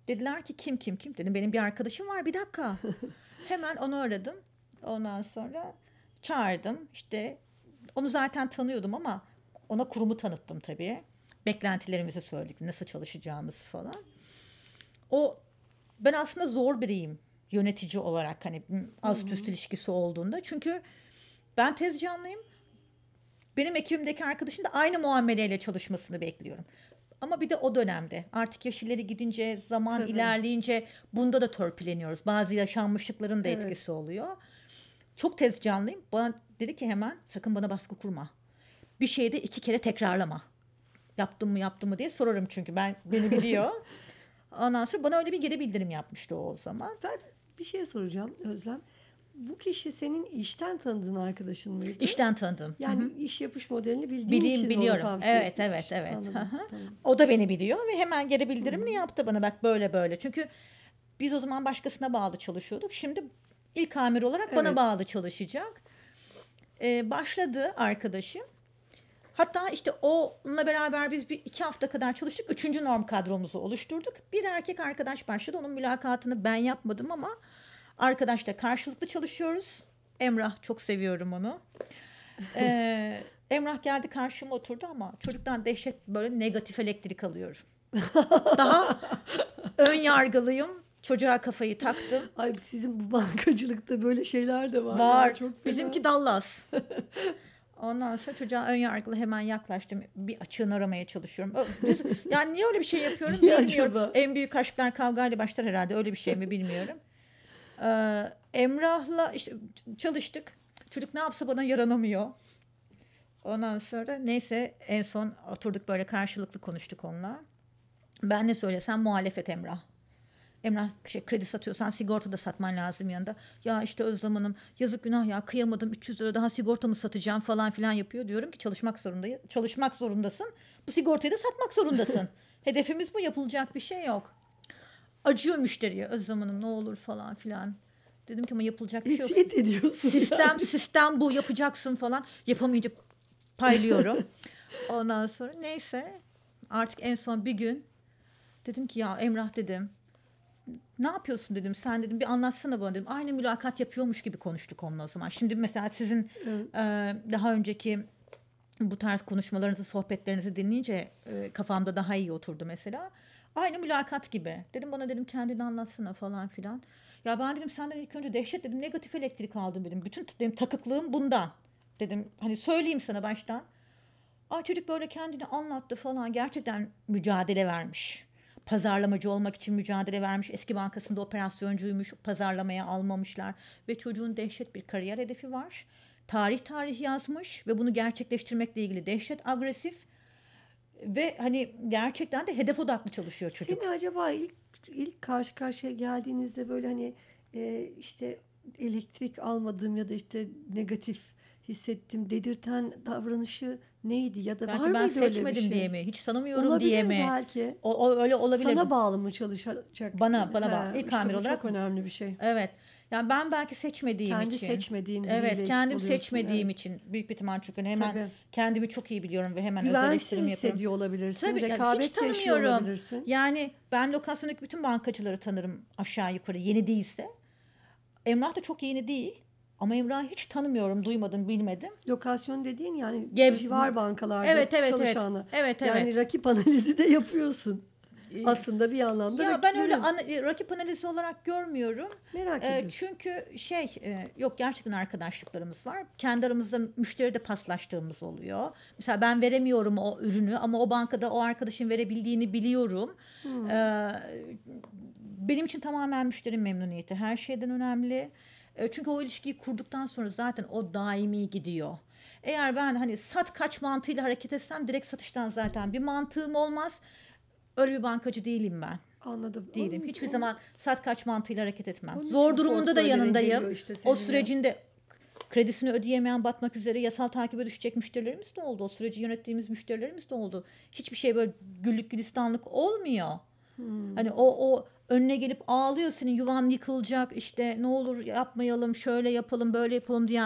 Dediler ki kim kim kim? Dedim benim bir arkadaşım var, bir dakika. Hemen onu aradım. Ondan sonra çağırdım. İşte onu zaten tanıyordum ama ona kurumu tanıttım tabii. Beklentilerimizi söyledik. Nasıl çalışacağımız falan. O ben aslında zor biriyim yönetici olarak, hani ast üst ilişkisi olduğunda. Çünkü ben tez canlıyım. Benim ekibimdeki arkadaşın da aynı muameleyle çalışmasını bekliyorum. Ama bir de o dönemde artık yaş ileri gidince, zaman Tabii. ilerleyince bunda da törpüleniyoruz. Bazı yaşanmışlıkların da Evet. etkisi oluyor. Çok tez canlıyım. Bana dedi ki hemen sakın bana baskı kurma. Bir şeyi de 2 kere tekrarlama. Yaptım mı diye sorarım çünkü beni biliyor. Ondan sonra bana öyle bir geri bildirim yapmıştı o zaman. Ben bir şey soracağım Özlem. Bu kişi senin işten tanıdığın arkadaşın mıydı? İşten tanıdım. Yani iş yapış modelini bildiğin için mi onu Biliyorum. tavsiye Evet, evet, etmiştin? evet. Anladım. Hı hı. Tamam. O da beni biliyor ve hemen geri bildirimini yaptı bana. Bak böyle böyle. Çünkü biz o zaman başkasına bağlı çalışıyorduk. Şimdi ilk amir olarak bana Evet. bağlı çalışacak. Başladı arkadaşım. Hatta işte onunla beraber biz 2 hafta kadar çalıştık. 3. norm kadromuzu oluşturduk. Bir erkek arkadaş başladı. Onun mülakatını ben yapmadım ama arkadaşla karşılıklı çalışıyoruz. Emrah, çok seviyorum onu. Emrah geldi karşıma oturdu ama çocuktan dehşet böyle negatif elektrik alıyorum. Daha ön yargılıyım. Çocuğa kafayı taktım. Ay sizin bu bankacılıkta böyle şeyler de var. Var. Ya, çok fena. Bizimki Dallas. Ondan sonra çocuğa ön yargılı hemen yaklaştım. Bir açığını aramaya çalışıyorum. Yani niye öyle bir şey yapıyorum Niye bilmiyorum. acaba? En büyük aşklar kavgayla başlar herhalde. Öyle bir şey mi bilmiyorum. Emrah'la işte çalıştık. Çocuk ne yapsa bana yaranamıyor. Ondan sonra neyse en son oturduk böyle karşılıklı konuştuk onunla. Ben ne söylesem muhalefet Emrah. Emrah kredi satıyorsan sigorta da satman lazım yanında. Ya işte Özlem Hanım yazık günah ya, kıyamadım, 300 lira daha sigortamı satacağım falan filan yapıyor. Diyorum ki çalışmak zorundasın. Bu sigortayı da satmak zorundasın. Hedefimiz bu, yapılacak bir şey yok. Acıyor müşteriye, Özlem Hanım ne olur falan filan. Dedim ki ama yapılacak bir şey yok. Eziyet ediyorsun. Sistem bu, yapacaksın falan. Yapamayınca paylıyorum. Ondan sonra neyse artık en son bir gün dedim ki ya Emrah dedim, ne yapıyorsun dedim, sen dedim bir anlatsana bana dedim. Aynı mülakat yapıyormuş gibi konuştuk onunla o zaman. Şimdi mesela sizin Evet. daha önceki bu tarz konuşmalarınızı, sohbetlerinizi dinleyince kafamda daha iyi oturdu mesela. Aynı mülakat gibi. Dedim bana dedim kendini anlatsana falan filan. Ya ben dedim senden ilk önce dehşet dedim negatif elektrik aldım dedim. Bütün dedim takıklığım bundan. Dedim hani söyleyeyim sana baştan. Ay çocuk böyle kendini anlattı falan. Gerçekten mücadele vermiş. Pazarlamacı olmak için mücadele vermiş. Eski bankasında operasyоncuymuş. Pazarlamaya almamışlar. Ve çocuğun dehşet bir kariyer hedefi var. Tarih yazmış ve bunu gerçekleştirmekle ilgili dehşet agresif. Ve hani gerçekten de hedef odaklı çalışıyor çocuk. Seni acaba ilk karşı karşıya geldiğinizde böyle hani işte elektrik almadığım ya da işte negatif hissettim dedirten davranışı neydi ya da var Belki ben mıydı öyle bir seçmedim şey? diye mi? Hiç tanımıyorum Olabilir diye mi? belki. Öyle olabilir. Sana bağlı mı çalışacak? Bana bağlı. İlk İşte amir bu olarak. çok önemli bir şey. Evet. Yani ben belki seçmediğim Kendi için. seçmediğin Evet, biriyle ekip kendim oluyorsun. seçmediğim Evet. için büyük bir ihtimal, çünkü hemen Tabii. kendimi çok iyi biliyorum ve hemen öz Güvensiz eleştirimi yapıyorum. hissediyor olabilirsin. Tabii yani hiç Rekabet yaşıyor tanımıyorum. olabilirsin. Yani ben lokasyondaki bütün bankacıları tanırım aşağı yukarı, yeni değilse. Emrah da çok yeni değil ama Emrah'ı hiç tanımıyorum, duymadım, bilmedim. Lokasyon dediğin yani Gev- civar bankalarda Evet. çalışanı. Evet. Yani rakip analizi de yapıyorsun. Aslında bir anlamda Ya ben öyle rakiplerin. rakip analizi olarak görmüyorum. Merak ediyorsun. Çünkü yok, gerçekten arkadaşlıklarımız var. Kendi aramızda müşteride paslaştığımız oluyor. Mesela ben veremiyorum o ürünü ama o bankada o arkadaşın verebildiğini biliyorum. Ee, Benim için tamamen müşteri memnuniyeti her şeyden önemli. Çünkü o ilişkiyi kurduktan sonra zaten o daimi gidiyor. Eğer ben hani sat kaç mantığıyla hareket etsem direkt satıştan zaten bir mantığım olmaz. Öyle bir bankacı değilim ben. Anladım. Değilim. Hiçbir zaman sat kaç mantığıyla hareket etmem. Onun Zor için durumunda da portföylerin yanındayım. geliyor işte O seninle. sürecinde kredisini ödeyemeyen, batmak üzere, yasal takibe düşecek müşterilerimiz de oldu. O süreci yönettiğimiz müşterilerimiz de oldu. Hiçbir şey böyle güllük gülistanlık olmuyor. Hani o önüne gelip ağlıyor, senin yuvan yıkılacak, işte ne olur yapmayalım, şöyle yapalım, böyle yapalım diyen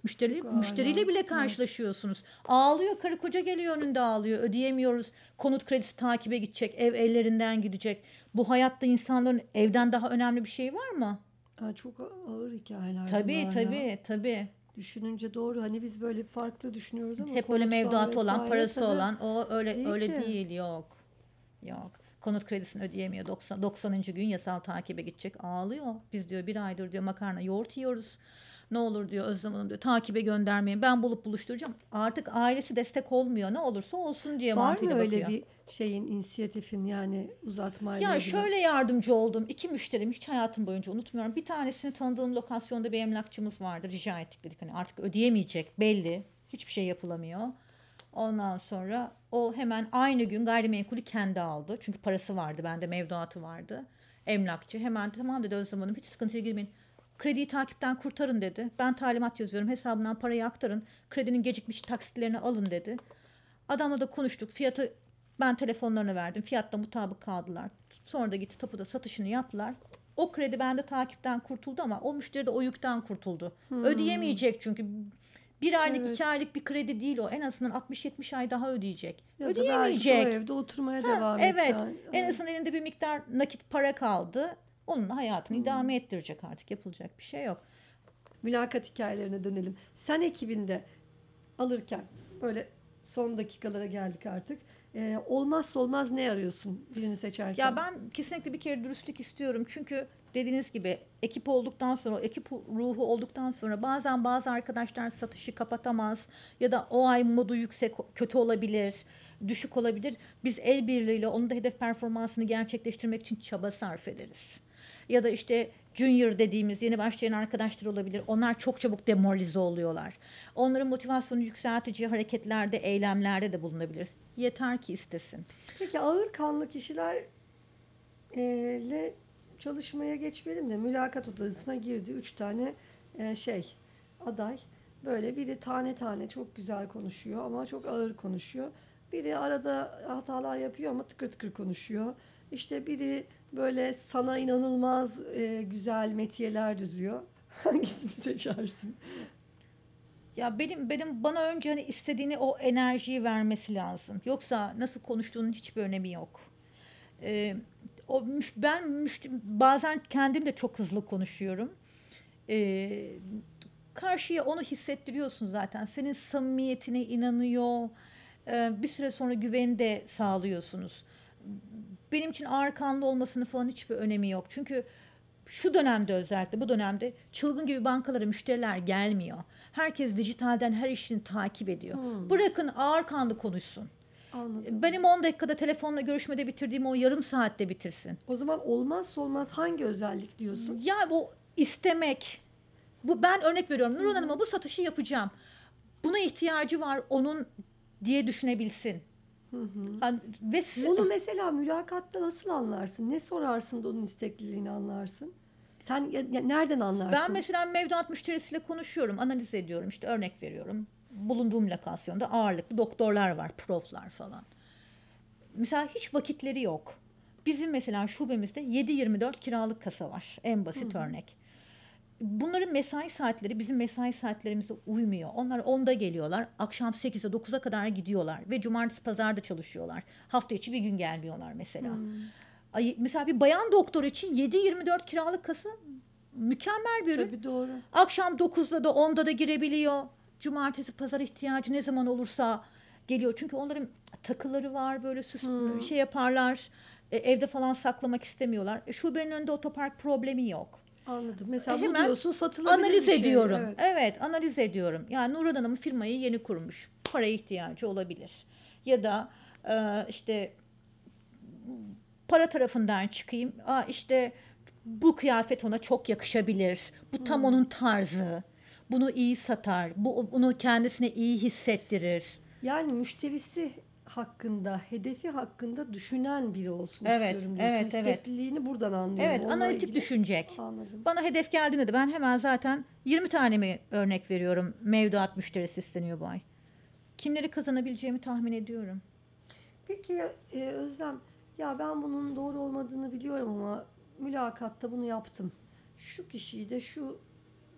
Müşteri, Çok müşteriyle ağırlar. bile Evet. karşılaşıyorsunuz. Ağlıyor, karı koca geliyor önünde ağlıyor. Ödeyemiyoruz. Konut kredisi takibe gidecek. Ev ellerinden gidecek. Bu hayatta insanların evden daha önemli bir şey var mı? Çok ağır hikayeler Tabii bunlar ya. tabii tabii. Düşününce doğru. Hani biz böyle farklı düşünüyoruz ama Hep böyle konut var mevduatı olan, vesaire parası tabii olan o öyle değil öyle ki. değil, yok. Yok. Konut kredisini ödeyemiyor. 90. gün yasal takibe gidecek. Ağlıyor. Biz diyor 1 aydır diyor makarna yoğurt yiyoruz. Ne olur diyor Özlem Hanım diyor takibe göndermeyin. Ben bulup buluşturacağım. Artık ailesi destek olmuyor. Ne olursa olsun diye Var mı mantığıyla öyle bakıyor. bir şeyin, inisiyatifin yani uzatmayla Ya ilgili? şöyle yardımcı oldum. 2 müşterim hiç hayatım boyunca unutmuyorum. Bir tanesini tanıdığım lokasyonda bir emlakçımız vardı. Rica ettik dedik hani artık ödeyemeyecek belli. Hiçbir şey yapılamıyor. Ondan sonra o hemen aynı gün gayrimenkulü kendi aldı. Çünkü parası vardı, bende mevduatı vardı. Emlakçı hemen tamam dedi Özlem Hanım hiç sıkıntıya girmeyin. Krediyi takipten kurtarın dedi. Ben talimat yazıyorum hesabından parayı aktarın. Kredinin gecikmiş taksitlerini alın dedi. Adamla da konuştuk. Fiyatı ben telefonlarını verdim. Fiyatta mutabık kaldılar. Sonra da gitti tapuda satışını yaptılar. O kredi bende takipten kurtuldu ama o müşteri de o yükten kurtuldu. Hmm, Ödeyemeyecek çünkü 1 aylık 2 evet. aylık bir kredi değil o. En azından 60-70 ay daha ödeyecek. Ya da belki de o Ödeyemeyecek. evde oturmaya Ha, devam evet. edeceksin. En Evet. azından elinde bir miktar nakit para kaldı. Onunla hayatını Hmm. idame ettirecek artık. Yapılacak bir şey yok. Mülakat hikayelerine dönelim. Sen ekibinde alırken böyle son dakikalara geldik artık. Olmazsa olmaz ne arıyorsun birini Ya seçerken? ben kesinlikle bir kere dürüstlük istiyorum. Çünkü dediğiniz gibi ekip olduktan sonra, ekip ruhu olduktan sonra bazen bazı arkadaşlar satışı kapatamaz ya da o ay modu yüksek, kötü olabilir, düşük olabilir. Biz el birliğiyle onun da hedef performansını gerçekleştirmek için çaba sarf ederiz. Ya da işte junior dediğimiz yeni başlayan arkadaşlar olabilir. Onlar çok çabuk demoralize oluyorlar. Onların motivasyonu yükseltici hareketlerde, eylemlerde de bulunabiliriz. Yeter ki istesin. Peki ağır kanlı kişilerle çalışmaya geçmeyelim de mülakat odasına girdi. Üç tane aday. Böyle biri tane tane çok güzel konuşuyor ama çok ağır konuşuyor. Biri arada hatalar yapıyor ama tıkır tıkır konuşuyor. İşte biri böyle sana inanılmaz güzel metiyeler düzüyor. Hangisini seçersin? Ya benim bana önce hani istediğini o enerjiyi vermesi lazım. Yoksa nasıl konuştuğunun hiçbir önemi yok. Ee, bazen kendim de çok hızlı konuşuyorum. Ee, Karşıya onu hissettiriyorsun zaten. Senin samimiyetine inanıyor. Bir süre sonra güveni de sağlıyorsunuz. Benim için ağır kanlı olmasının falan hiçbir önemi yok. Çünkü şu dönemde özellikle bu dönemde çılgın gibi bankalara müşteriler gelmiyor. Herkes dijitalden her işini takip ediyor. Hmm, Bırakın ağır kanlı konuşsun. anladım. Benim 10 dakikada telefonla görüşmede bitirdiğim o yarım saatte bitirsin. O zaman olmazsa olmaz hangi özellik diyorsun? Ya bu istemek. Bu ben örnek veriyorum. Hı Nurhan hı. Hanım'a bu satışı yapacağım. Buna ihtiyacı var onun diye düşünebilsin. Hı hı. Ve Onu mesela mülakatta nasıl anlarsın? Ne sorarsın da onun istekliliğini anlarsın? Sen nereden ben anlarsın? mesela mevduat müşterisiyle konuşuyorum, analiz ediyorum, işte örnek veriyorum. Bulunduğum lokasyonda ağırlıklı doktorlar var, proflar falan. Mesela hiç vakitleri yok. Bizim mesela şubemizde 7/24 kiralık kasa var. En Hı basit hı. örnek. Bunların mesai saatleri bizim mesai saatlerimize uymuyor. Onlar 10'da geliyorlar. Akşam 8'e 9'a kadar gidiyorlar. Ve cumartesi pazarda çalışıyorlar. Hafta içi bir gün gelmiyorlar mesela. Hmm. Mesela bir bayan doktor için 7/24 kiralık kasa mükemmel bir ürün. Tabii doğru. Akşam 9'da da 10'da da girebiliyor. Cumartesi pazar ihtiyacı ne zaman olursa geliyor. Çünkü onların takıları var böyle süs Hmm. şey yaparlar. Evde falan saklamak istemiyorlar. Şubenin önünde otopark problemi yok. Anladım. Mesela bu Hemen diyorsun satılabilir analiz bir şey. ediyorum. Evet. Evet, analiz ediyorum. Yani Nurhan Hanım firmayı yeni kurmuş. Paraya ihtiyacı olabilir. Ya da işte para tarafından çıkayım. İşte bu kıyafet ona çok yakışabilir. Bu tam Hmm. onun tarzı. Bunu iyi satar. Bunu kendisine iyi hissettirir. Yani müşterisi hakkında, hedefi hakkında düşünen biri olsun Evet, istiyorum diyorsun. evet, evet. İstekliliğini buradan anlıyorum. Evet, Onunla analitik ilgili düşünecek. anladım. Bana hedef geldiğinde de ben hemen zaten 20 tane mi örnek veriyorum. Mevduat müşterisi isteniyor bu ay. Kimleri kazanabileceğimi tahmin ediyorum. Peki Özlem, ya ben bunun doğru olmadığını biliyorum ama mülakatta bunu yaptım. Şu kişiyi de şu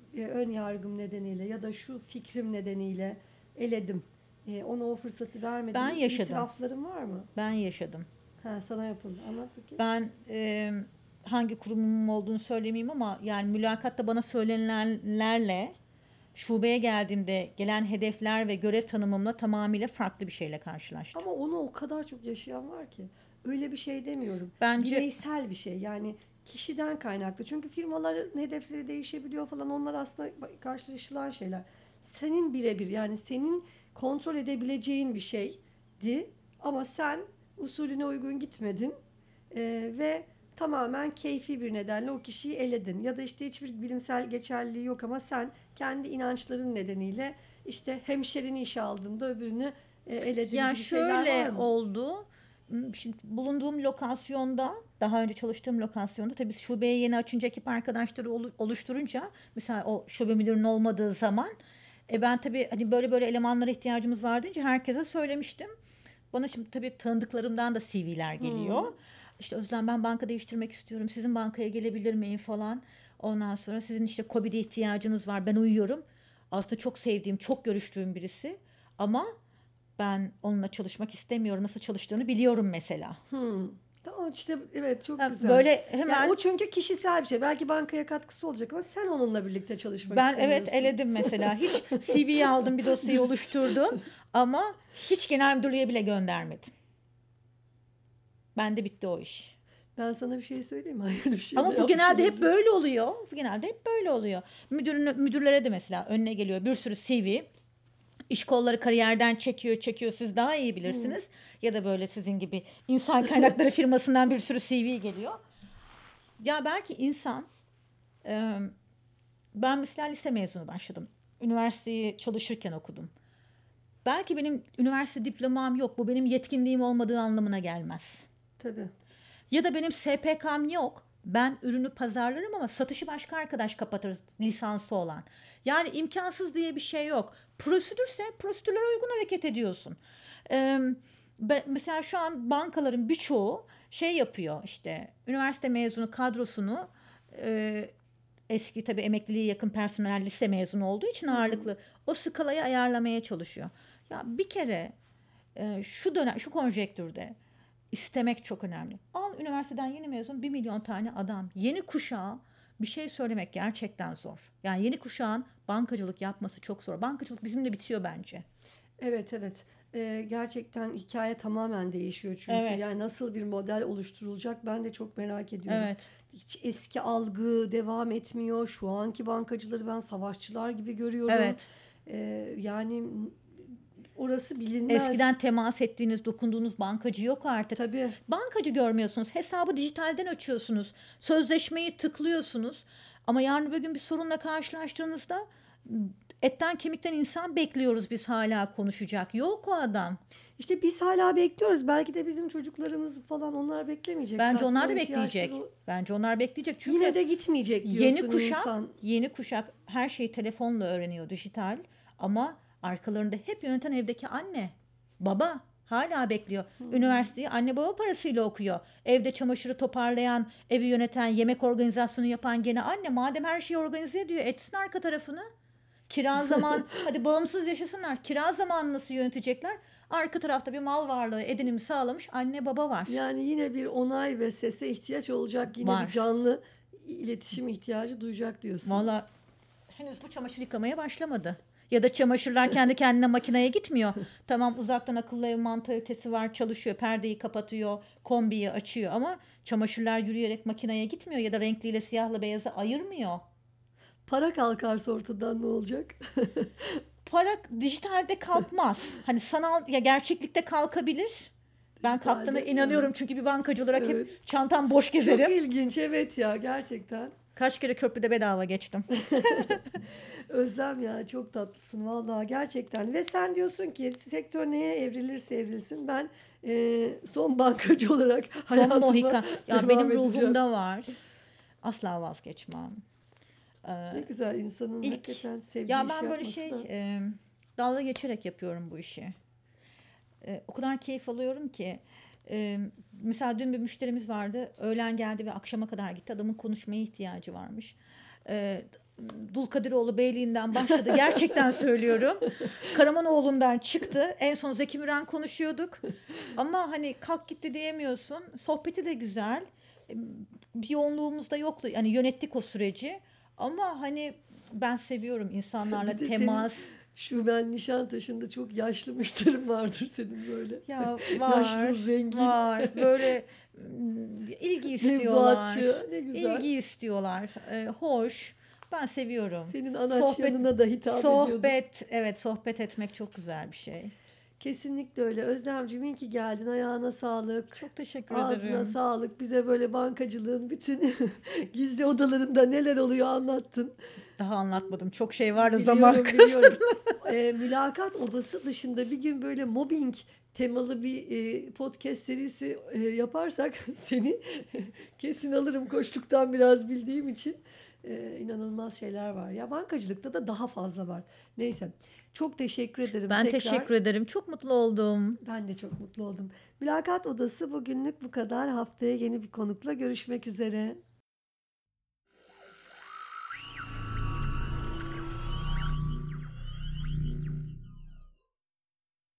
ön yargım nedeniyle ya da şu fikrim nedeniyle eledim. Ona o fırsatı vermedim. Ben yaşadım. İtirafların var mı? Ben yaşadım. Ha, sana yapıldı. Anlat bakayım. Ben hangi kurumum olduğunu söylemeyeyim ama yani mülakatta bana söylenilenlerle şubeye geldiğimde gelen hedefler ve görev tanımımla tamamıyla farklı bir şeyle karşılaştım. Ama onu o kadar çok yaşayan var ki. Öyle bir şey demiyorum. Bence Bireysel bir şey. Yani kişiden kaynaklı. Çünkü firmaların hedefleri değişebiliyor falan. Onlar aslında karşılaşılan şeyler. Senin birebir, yani senin kontrol edebileceğin bir şeydi. Ama sen usulüne uygun gitmedin. Ve tamamen keyfi bir nedenle o kişiyi eledin. Ya da işte hiçbir bilimsel geçerliliği yok ama sen kendi inançların nedeniyle işte hemşerini işe aldığında öbürünü eledin ya gibi şeyler var şöyle mı? oldu. Şimdi bulunduğum lokasyonda, daha önce çalıştığım lokasyonda tabii şubeye yeni açınca ekip arkadaşları oluşturunca mesela o şube müdürünün olmadığı zaman ben tabii hani böyle böyle elemanlara ihtiyacımız var deyince herkese söylemiştim. Bana şimdi tabii tanıdıklarımdan da CV'ler Hmm. geliyor. İşte Özlem, ben banka değiştirmek istiyorum. Sizin bankaya gelebilir miyim falan. Ondan sonra sizin işte KOBİ'de ihtiyacınız var. Ben uyuyorum. Aslında çok sevdiğim, çok görüştüğüm birisi. Ama ben onunla çalışmak istemiyorum. Nasıl çalıştığını biliyorum mesela. Hmm. Tamam işte, evet, çok Ha, güzel. böyle Yani hemen o çünkü kişisel bir şey. Belki bankaya katkısı olacak ama sen onunla birlikte çalışmak ben evet istemiyorsun. eledim mesela. Hiç CV'yi aldım, bir dosyayı Dürüst. oluşturdum. Ama hiç genel müdürlüğe bile göndermedim. Bende bitti o iş. Ben sana bir şey söyleyeyim mi? Hayırlı bir şey de Ama bu yapmış genelde hep olabilirsin. böyle oluyor. Bu genelde hep böyle oluyor. Müdürlere de mesela önüne geliyor bir sürü CV. İş kolları kariyerden çekiyor. Siz daha iyi Hmm. bilirsiniz. Ya da böyle sizin gibi insan kaynakları firmasından bir sürü CV geliyor. Ya belki insan, e, ben mesela lise mezunu başladım. Üniversiteyi çalışırken okudum. Belki benim üniversite diplomam yok. Bu benim yetkinliğim olmadığı anlamına gelmez. Tabii. Ya da benim SPK'm yok. Ben ürünü pazarlarım ama satışı başka arkadaş kapatır, lisansı olan. Yani imkansız diye bir şey yok. Prosedürse prosedürlere uygun hareket ediyorsun. Ee, Mesela şu an bankaların birçoğu şey yapıyor, işte üniversite mezunu kadrosunu, e, eski tabii emekliliğe yakın personel lise mezunu olduğu için Hı hı. ağırlıklı o skalayı ayarlamaya çalışıyor. Ya bir kere şu dönem, şu konjektürde istemek çok önemli. Al, üniversiteden yeni mezun 1 milyon tane adam. Yeni kuşağa bir şey söylemek gerçekten zor. Yani yeni kuşağın bankacılık yapması çok zor. Bankacılık bizimle bitiyor bence. Evet, evet. Gerçekten hikaye tamamen değişiyor çünkü. Evet, Yani nasıl bir model oluşturulacak ben de çok merak ediyorum. evet, Hiç eski algı devam etmiyor. Şu anki bankacıları ben savaşçılar gibi görüyorum. evet. Yani orası bilinmez. Eskiden temas ettiğiniz, dokunduğunuz bankacı yok artık. Tabii. Bankacı görmüyorsunuz. Hesabı dijitalden açıyorsunuz. Sözleşmeyi tıklıyorsunuz. Ama yarın bir gün bir sorunla karşılaştığınızda etten kemikten insan bekliyoruz biz, hala konuşacak. Yok o adam. İşte biz hala bekliyoruz. Belki de bizim çocuklarımız falan, onlar beklemeyecek. Bence Zaten onlar o da ihtiyaçları bekleyecek. Bence onlar bekleyecek. yine Çünkü de gitmeyecek yeni diyorsun kuşak, insan. yeni kuşak her şeyi telefonla öğreniyor, dijital. Ama arkalarında hep yöneten evdeki anne, baba hala bekliyor. Üniversiteyi anne baba parasıyla okuyor. Evde çamaşırı toparlayan, evi yöneten, yemek organizasyonu yapan gene anne. Madem her şeyi organize ediyor, etsin arka tarafını. Kira zaman, hadi bağımsız yaşasınlar. Kira zamanı nasıl yönetecekler? Arka tarafta bir mal varlığı edinimi sağlamış anne baba var. Yani yine bir onay ve sese ihtiyaç olacak. Yine bir Var. canlı iletişim ihtiyacı duyacak diyorsun. Valla henüz bu çamaşır yıkamaya başlamadı. Ya da çamaşırlar kendi kendine makineye gitmiyor. Tamam, uzaktan akıllı ev mantalitesi var, çalışıyor, perdeyi kapatıyor, kombiyi açıyor ama çamaşırlar yürüyerek makineye gitmiyor ya da renkliyle siyahla beyazı ayırmıyor. Para kalkarsa ortadan ne olacak? Para dijitalde kalkmaz. Hani sanal ya gerçeklikte kalkabilir. Ben kalktığına Dijitalde, inanıyorum evet. çünkü bir bankacı olarak Evet. hep çantam boş Çok gezerim. ilginç, evet ya, gerçekten. Kaç kere köprüde bedava geçtim. Özlem ya, çok tatlısın vallahi gerçekten. Ve sen diyorsun ki sektör neye evrilirse evrilsin ben son bankacı olarak Son hayatıma Mohikan. Ya devam benim edeceğim. ruhumda var. Asla vazgeçmem. Ne Ee, güzel insanın ilk hakikaten sevdiği ya iş ben böyle yapması da. dalga geçerek yapıyorum bu işi. O kadar keyif alıyorum ki. E, Mesela dün bir müşterimiz vardı. Öğlen geldi ve akşama kadar gitti. Adamın konuşmaya ihtiyacı varmış. E, Dulkadiroğlu Beyliği'nden başladı. Gerçekten söylüyorum. Karamanoğlu'ndan çıktı. En son Zeki Müren konuşuyorduk. Ama hani kalk gitti diyemiyorsun. Sohbeti de güzel. Bir yoğunluğumuz da yoktu. Yani yönettik o süreci. Ama hani ben seviyorum insanlarla Bir de temas. ben Nişantaşı'nda çok yaşlı müşterim vardır senin böyle. Ya Yaşlı, var, zengin, var. Böyle ilgi istiyorlar. mevduatçı, ne güzel. İlgi istiyorlar. Hoş. Ben seviyorum. Senin anaç Sohbet, yanına da hitap ediyordum. evet sohbet etmek çok güzel bir şey. Kesinlikle öyle. Özlemciğim iyi ki geldin. Ayağına sağlık. Çok teşekkür Ağzına ederim. sağlık. Bize böyle bankacılığın bütün gizli odalarında neler oluyor anlattın. Daha anlatmadım. Çok şey vardı zaman Biliyorum. Mülakat odası dışında bir gün böyle mobbing temalı bir podcast serisi yaparsak seni kesin alırım, koçluktan biraz bildiğim için. İnanılmaz şeyler var. Ya bankacılıkta da daha fazla var. Neyse. Çok teşekkür ederim Ben tekrar. teşekkür ederim. Çok mutlu oldum. Ben de çok mutlu oldum. Mülakat odası bugünlük bu kadar. Haftaya yeni bir konukla görüşmek üzere.